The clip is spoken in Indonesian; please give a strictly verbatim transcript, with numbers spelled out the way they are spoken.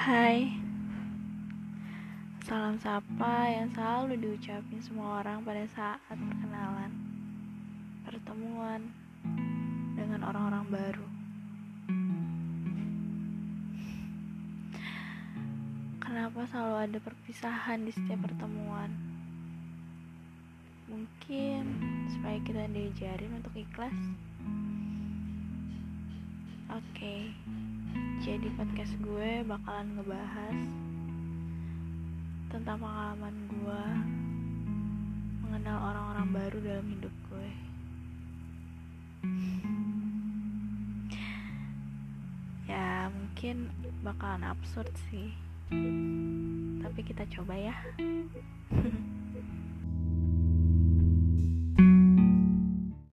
Hai, salam sapa yang selalu diucapin semua orang pada saat perkenalan, pertemuan dengan orang-orang baru. Kenapa selalu ada perpisahan di setiap pertemuan? Mungkin supaya kita diajarin untuk ikhlas. Oke, jadi podcast gue bakalan ngebahas tentang pengalaman gue mengenal orang-orang baru dalam hidup gue. Ya mungkin bakalan absurd sih, tapi kita coba ya.